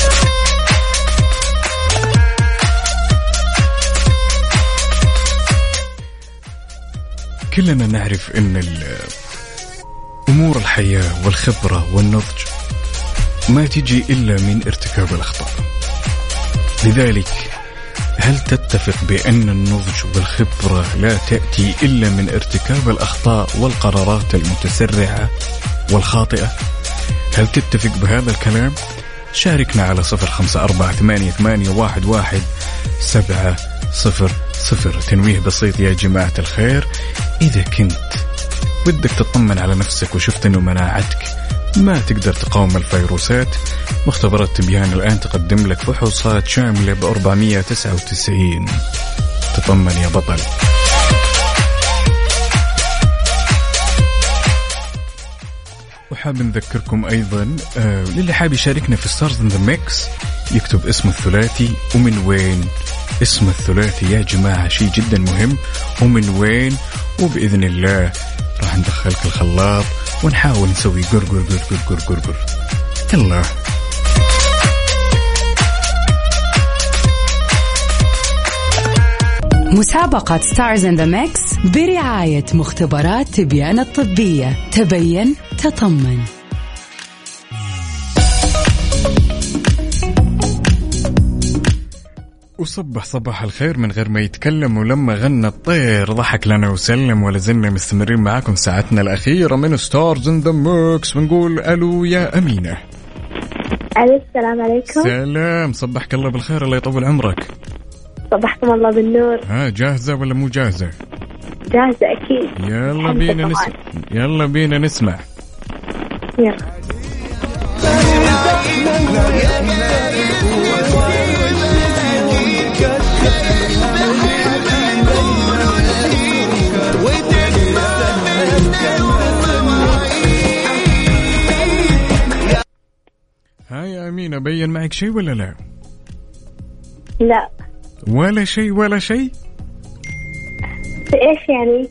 كلنا نعرف أن أمور الحياة والخبرة والنضج ما تجي إلا من ارتكاب الأخطاء. لذلك هل تتفق بأن النضج والخبرة لا تأتي إلا من ارتكاب الأخطاء والقرارات المتسرعة والخاطئة؟ هل تتفق بهذا الكلام؟ شاركنا على صفر خمسة أربعة ثمانية ثمانية واحد واحد سبعة صفر صفر. تنويه بسيط يا جماعة الخير: إذا كنت بدك تطمن على نفسك وشفت أنه مناعتك ما تقدر تقاوم الفيروسات، مختبرات تبيان الآن تقدم لك فحوصات شاملة بأربعمية وتسعة وتسعين. تطمن يا بطل. وحاب نذكركم أيضا آه للي حاب يشاركنا في ستارز إن ذا ميكس يكتب اسم الثلاثي ومن وين. اسم الثلاثي يا جماعة شيء جدا مهم، ومن وين، وبإذن الله راح ندخلك الخلاط ونحاول نسوي قرقر قرقر قرقر قرقر. يلا. مسابقة ستارز إن ذا ميكس برعاية مختبرات تبيان الطبية. تبين تطمن. وصبح صباح الخير من غير ما يتكلم، ولما غنى الطير ضحك لنا وسلم. ولازلنا مستمرين معاكم ساعتنا الأخيرة من ستارز إن ذا ميكس، ونقول ألو يا أمينة. ألو، السلام عليكم. سلام، صبحك الله بالخير، الله يطول عمرك. صبحكم الله بالنور. ها، جاهزة ولا مو جاهزة؟ جاهزة أكيد. يلا بينا نسمع. يلا بينا نسمع. يلا. هاي يا أمينة، بين معك شيء ولا لا؟ لا ولا شيء ولا شيء. في إيش يعني؟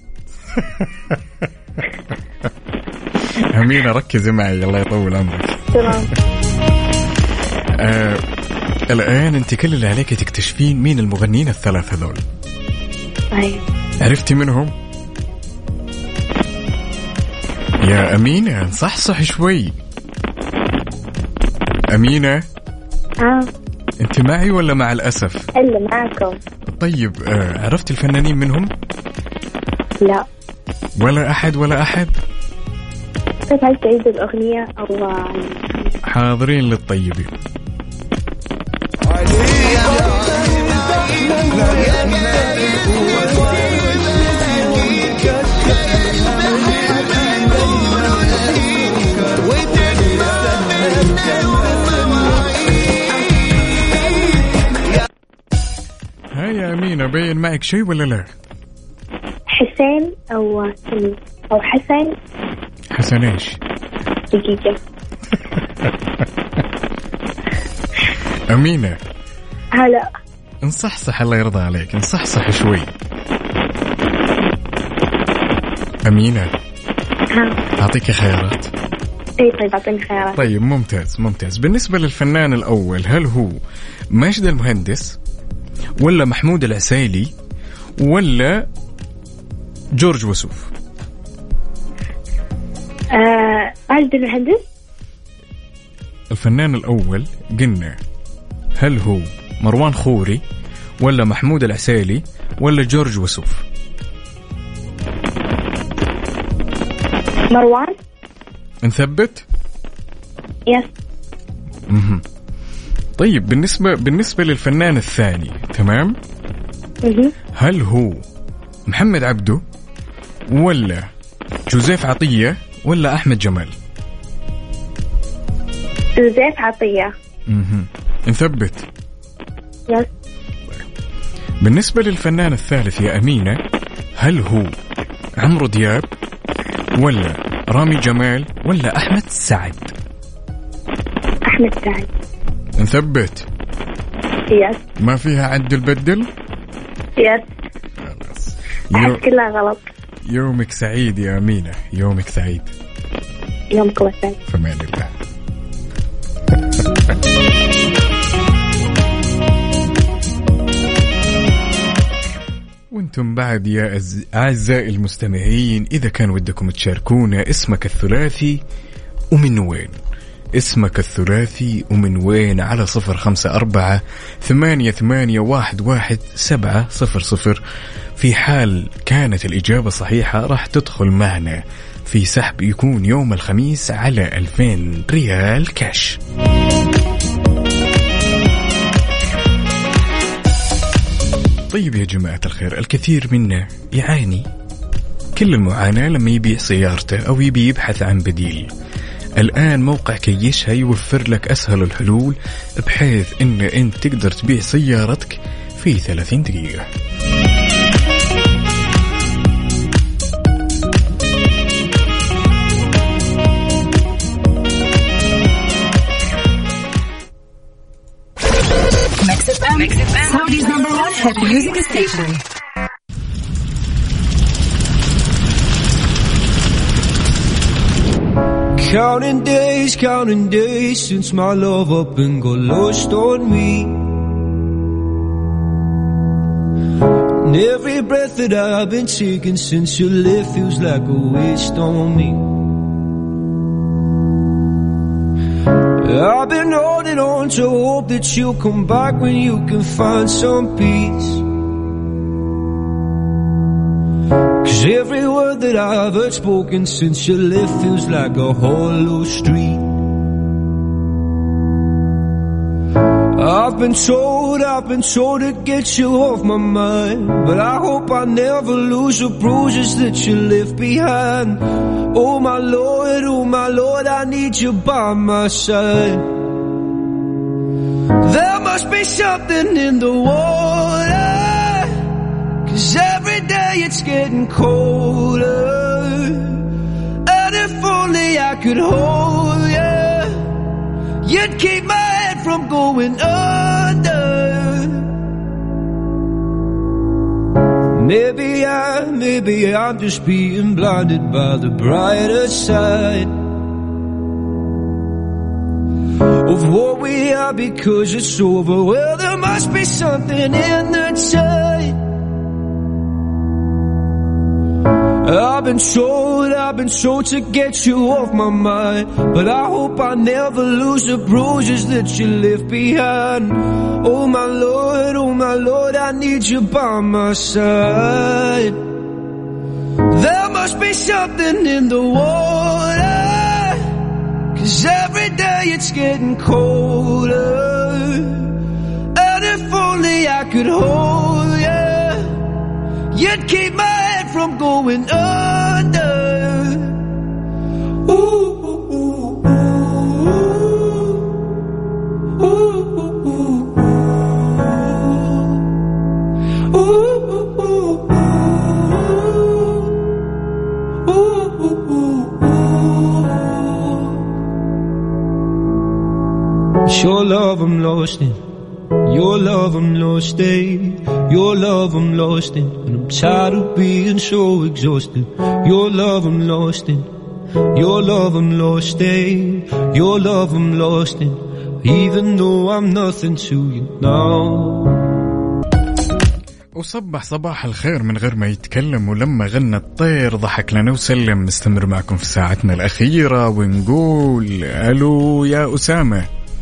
أمينة ركزي معي الله يطول عمرك. تمام. آه الآن أنت كل اللي عليك تكتشفين مين المغنيين الثلاثة هذول. طيب عرفتي منهم؟ يا أمينة صح صح شوي. أمينة آه أنت معي ولا مع الأسف؟ إلا معكم. طيب آه عرفت الفنانين منهم؟ لا ولا أحد ولا أحد؟ طيب هل تعيد الأغنية أو حاضرين للطيبين. ها يا أمينة بين معك شيء ولا لا؟ حسين أو سمي أو حسن. حسن إيش؟ دقيقة. أمينة هلا انصحصح الله يرضى عليك، انصحصح شوي. أمينة ها أعطيك خيارات. اي طيب اعطيني خيارات. طيب ممتاز ممتاز. بالنسبة للفنان الأول هل هو ماجد المهندس ولا محمود العسيلي ولا جورج وسوف؟ آه، ماجد المهندس. الفنان الأول قلنا هل هو مروان خوري ولا محمود العسيلي ولا جورج وسوف؟ مروان. نثبت؟ يس. مهم. طيب بالنسبة بالنسبة للفنان الثاني تمام؟ مهم. هل هو محمد عبده ولا جوزيف عطية ولا أحمد جمال؟ جوزيف عطية. مهم. نثبت؟ يس. بالنسبة للفنان الثالث يا أمينة هل هو عمرو دياب ولا رامي جمال ولا أحمد سعد؟ أحمد سعد. نثبت؟ يس. ما فيها عدل بدل؟ يس. خلاص. يو... كلها غلط. يومك سعيد يا أمينة، يومك سعيد. يومكم سعيد. فمان الله. وانتم بعد يا أعزائي المستمعين إذا كان ودكم تشاركونا اسمك الثلاثي ومن وين، اسمك الثلاثي ومن وين على صفر خمسة أربعة ثمانية ثمانية واحد واحد سبعة صفر صفر. في حال كانت الإجابة صحيحة راح تدخل معنا في سحب يكون يوم الخميس على ألفين ريال كاش. طيب يا جماعة الخير، الكثير منا يعاني كل المعاناة لما يبيع سيارته أو يبي يبحث عن بديل. الآن موقع كيشها يوفر لك أسهل الحلول بحيث إن أنت تقدر تبيع سيارتك في ثلاثين دقيقة. Saudi's number one hit music station. Counting days, counting days since my love up and got lost on me. And every breath that I've been taking since you left feels like a waste on me. I've been holding on to hope that you'll come back when you can find some peace. Cause every word that I've heard spoken since you left feels like a hollow street. I've been told, I've been told to get you off my mind, but I hope I never lose the bruises that you left behind. Oh my Lord, oh my Lord, I need you by my side. There must be something in the water, 'cause every day it's getting colder. And if only I could hold you, you'd keep my head from going under. Maybe I, maybe I'm just being blinded by the brighter side. of what we are because it's over. Well, there must be something in the tide. I've been told, I've been told to get you off my mind, but I hope I never lose the bruises that you left behind. Oh my Lord, oh my Lord, I need you by my side. There must be something in the water, 'cause every day it's getting colder. And if only I could hold you, you'd keep my head from going under. Ooh, ooh, ooh, ooh, ooh, ooh, ooh, ooh. It's your love I'm lost in, your love I'm lost in, your love I'm lost in, and I'm tired of being so exhausted. Your love I'm lost in, your love I'm lost in, your love I'm lost in, even though I'm nothing to you now. وصبح صباح الخير من غير ما يتكلم، ولما غنى الطير ضحك لنا وسلم. نستمر معكم في ساعتنا الأخيرة ونقول ألو يا أسامة.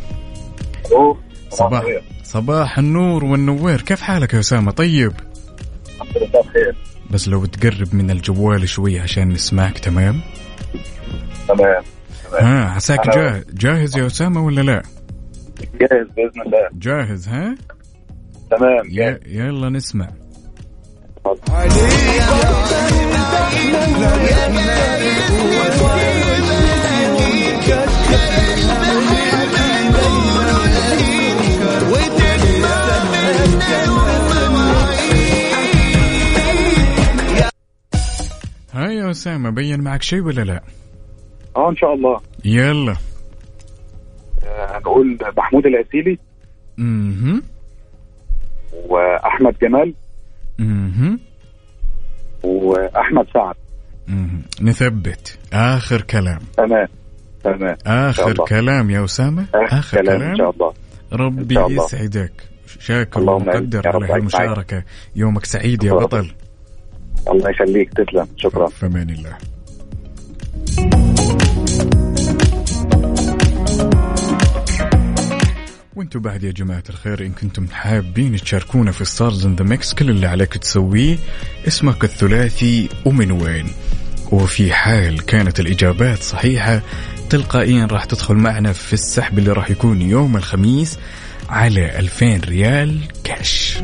صباح صباح النور والنوير، كيف حالك يا أسامة؟ طيب الحمد لله بخير. بس لو تقرب من الجوال شوي عشان نسمعك. تمام تمام. ها عساك جاهز, جاهز يا أسامة ولا لا؟ جاهز بإذن الله. جاهز ها؟ تمام. ي... يلا نسمع. هاي يا أسامة، بين معك شيء ولا لا؟ اه ان شاء الله. يلا هنقول محمود العسيلي. اها. واحمد جمال. اها. واحمد سعد. اها. نثبت اخر كلام. تمام تمام. اخر كلام يا أسامة. اخر, آخر كلام, كلام ان شاء الله. ربي يسعدك. شاكر ومقدر على هالمشاركة. يومك سعيد يا بطل. الله يخليك، تسلم، شكرا. في امان الله. وانتم بعد يا جماعة الخير، إن كنتم حابين تشاركونا في ستارز ان ذا ميكس، كل اللي عليك تسويه اسمك الثلاثي ومن وين، وفي حال كانت الإجابات صحيحة تلقائيا راح تدخل معنا في السحب اللي راح يكون يوم الخميس على ألفين ريال كاش.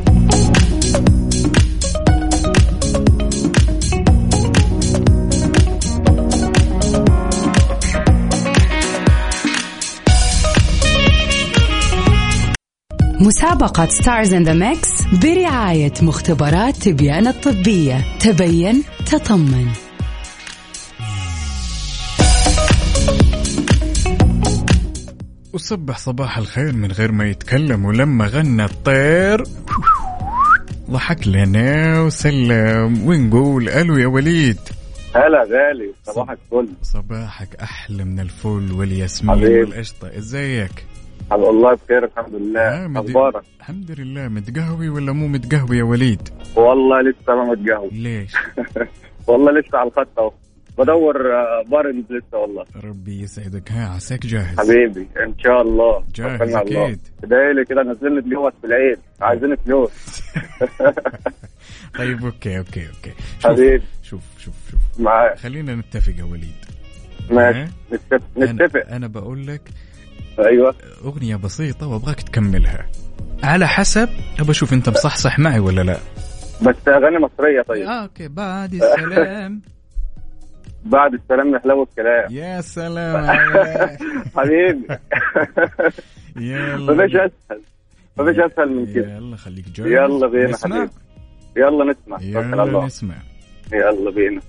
مسابقة ستارز ان ذا ميكس برعاية مختبرات تبيان الطبية. تبين تطمن. وصبح صباح الخير من غير ما يتكلم، ولما غنى الطير ضحك لنا وسلم. ونقول ألو يا وليد. هلا غالي، صباحك فل. صباحك أحلى من الفل والياسمين والقشطة. إزيك؟ الله بخير الحمد لله. أخبارك؟ الحمد لله. متقهوي ولا مو متقهوي يا وليد؟ والله لسه ما متقهوي. ليش؟ والله لسه على الخط اهو، بدور بارد لسه والله. ربي يسعدك. ها عساك جاهز؟ حبيبي ان شاء الله جاهز اكيد. بدايلي كده نزلنا فلوس في العيد، عايزين فلوس. طيب اوكي اوكي اوكي شوف حبيبي. شوف شوف شوف معاك. خلينا نتفق يا وليد. ماشي نتفق نتفق. انا, أنا بقول لك ايوه اغنيه بسيطه وابغاك تكملها على حسب ابى اشوف انت مصحصح معي ولا لا. بس اغاني مصريه. طيب آه اوكي. بعد السلام. بعد السلام نحلو الكلام. يا سلام حبيبي. يلا مفيش اسهل، مفيش اسهل من كده. يلا خليك جاهز. يلا بينا حبيبي. يلا نسمع. يلا الله. نسمع. يلا بينا.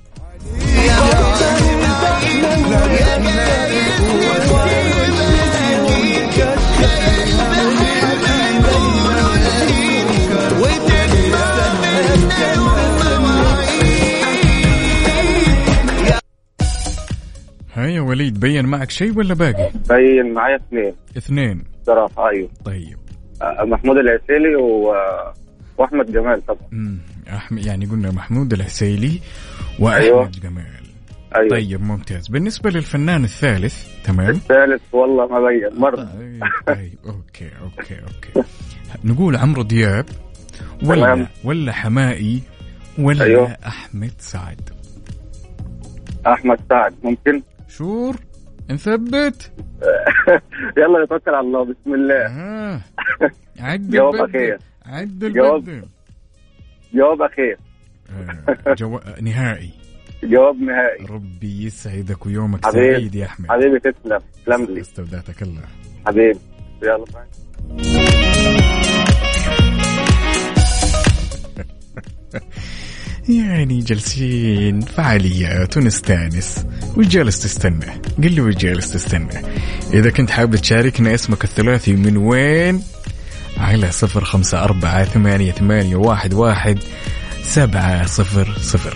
هيا وليد، بين معك شيء ولا باقي؟ بين معايا اثنين. اثنين صراحة أيوه. طيب آه محمود العسيلي و... وأحمد جمال طبعا. امم أحمد، يعني قلنا محمود العسيلي وأحمد أيوه. جمال. أيوه. طيب ممتاز. بالنسبة للفنان الثالث تمام؟ الثالث والله ما بين مرة. طيب, طيب أوكي أوكي أوكي نقول عمرو دياب ولا تمام. ولا حمائي ولا أيوه. أحمد سعد؟ أحمد سعد ممكن. شور نثبت. يلا نتوكل على الله. بسم الله. آه. عدل جواب بدل. أخير. عدل جواب. بدل. جواب أخير. آه. جو... نهائي. جواب نهائي. ربي يسعدك ويومك حبيب. سعيد يا أحمد. حبيبي تسلم. تسلم لي. استودعتك الله حبيبي. يلا باي. يعني جالسين فعاليات ونستانس وجالس تستنى. قل لي وجالس تستنى. إذا كنت حابب تشاركنا اسمك الثلاثي من وين على صفر خمسة أربعة ثمانية ثمانية واحد واحد سبعة صفر صفر.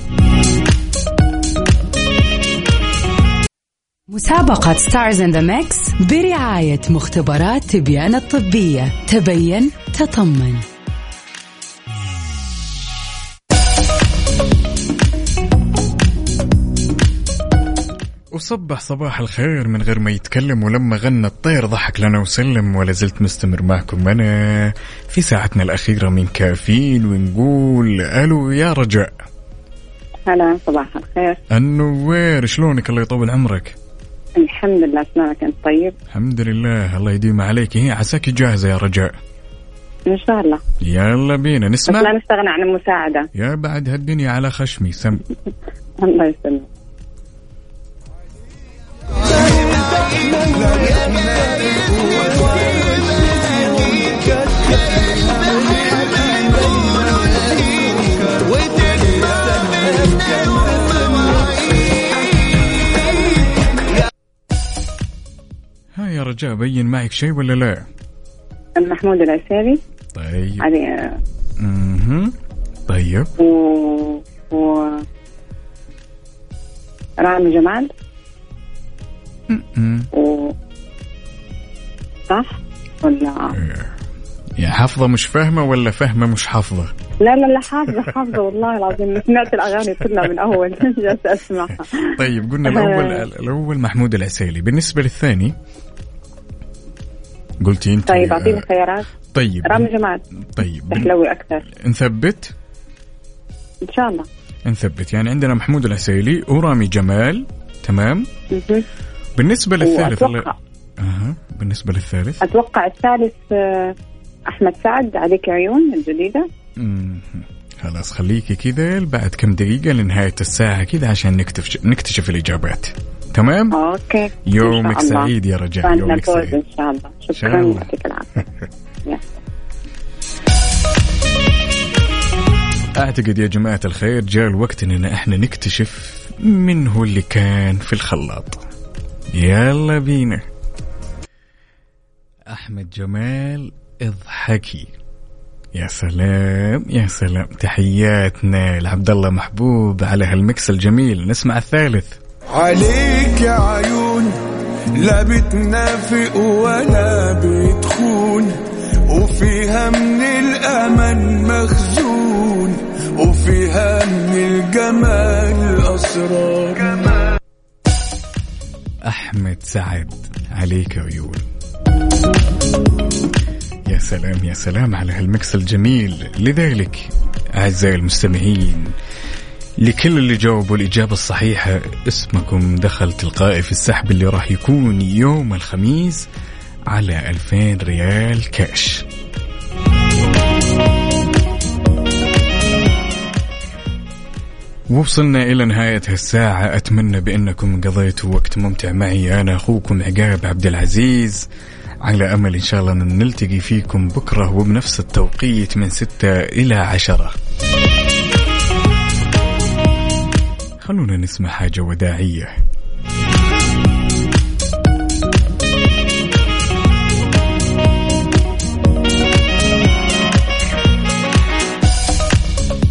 مسابقة ستارز إن ذا ميكس برعاية مختبرات تبيان الطبية. تبين تطمن. وصبح صباح الخير من غير ما يتكلم، ولما غنى الطير ضحك لنا وسلم. ولا زلت مستمر معكم أنا في ساعتنا الأخيرة من كافيين، ونقول ألو يا رجاء. هلا صباح الخير. النوير، شلونك؟ الله يطول عمرك. الحمد لله. اسمعك أنت طيب؟ الحمد لله، الله يديم عليك. هي عساكي جاهزة يا رجاء؟ إن شاء الله. يلا بينا نسمع. بس لا نستغنى عن المساعدة. يا بعد هالدنيا على خشمي سم. الله يسلمك. ها يا رجاء، بين معك شيء ولا لا؟ محمود العسيلي. طيب. علي. اها طيب. و و رامي جمال. امم و صح ولا؟ يا حافظة مش فاهمة ولا فاهمة مش حافظة؟ لا لا لا حافظة حافظة والله العظيم. سمعت الأغاني كلها من أول جالسة أسمعها. طيب قلنا الأول الأول محمود العسيلي. بالنسبة للثاني قلتي أنت. طيب أعطيني خيارات. طيب رامي جمال. طيب تحلوي أكثر. نثبت إن شاء الله. نثبت يعني عندنا محمود العسيلي ورامي جمال. تمام. م-م. بالنسبة للثالث أتوقع... أها بالنسبة للثالث أتوقع الثالث أحمد سعد عليك عيون الجديدة. امم خلاص خليكي كذا بعد كم دقيقة لنهاية الساعة كذا عشان نكتشف نكتشف الإجابات. تمام. أوكي. يومك سعيد يا رجال. يومك سعيد إن شاء الله. شكرا يعطيك العافية. أعتقد يا جماعة الخير جاء الوقت إننا إحنا نكتشف من هو اللي كان في الخلاط. يلا بينا. أحمد جمال اضحكي. يا سلام يا سلام. تحياتنا لعبد الله محبوب على هالمكس الجميل. نسمع الثالث. عليك يا عيون لا بتنافق ولا بتخون، وفيها من الأمل مخزون، وفيها من الجمال أسرار. أحمد سعد عليك عيون. يا سلام يا سلام على هالمكس الجميل. لذلك أعزائي المستمعين، لكل اللي جاوبوا الإجابة الصحيحة اسمكم دخل تلقائي في السحب اللي راح يكون يوم الخميس على ألفين ريال كاش. ووصلنا إلى نهاية هالساعة. أتمنى بأنكم قضيتوا وقت ممتع معي. أنا أخوكم عقاب عبد العزيز، على أمل إن شاء الله أن نلتقي فيكم بكرة وبنفس التوقيت من ستة إلى عشرة. خلونا نسمع حاجة وداعية.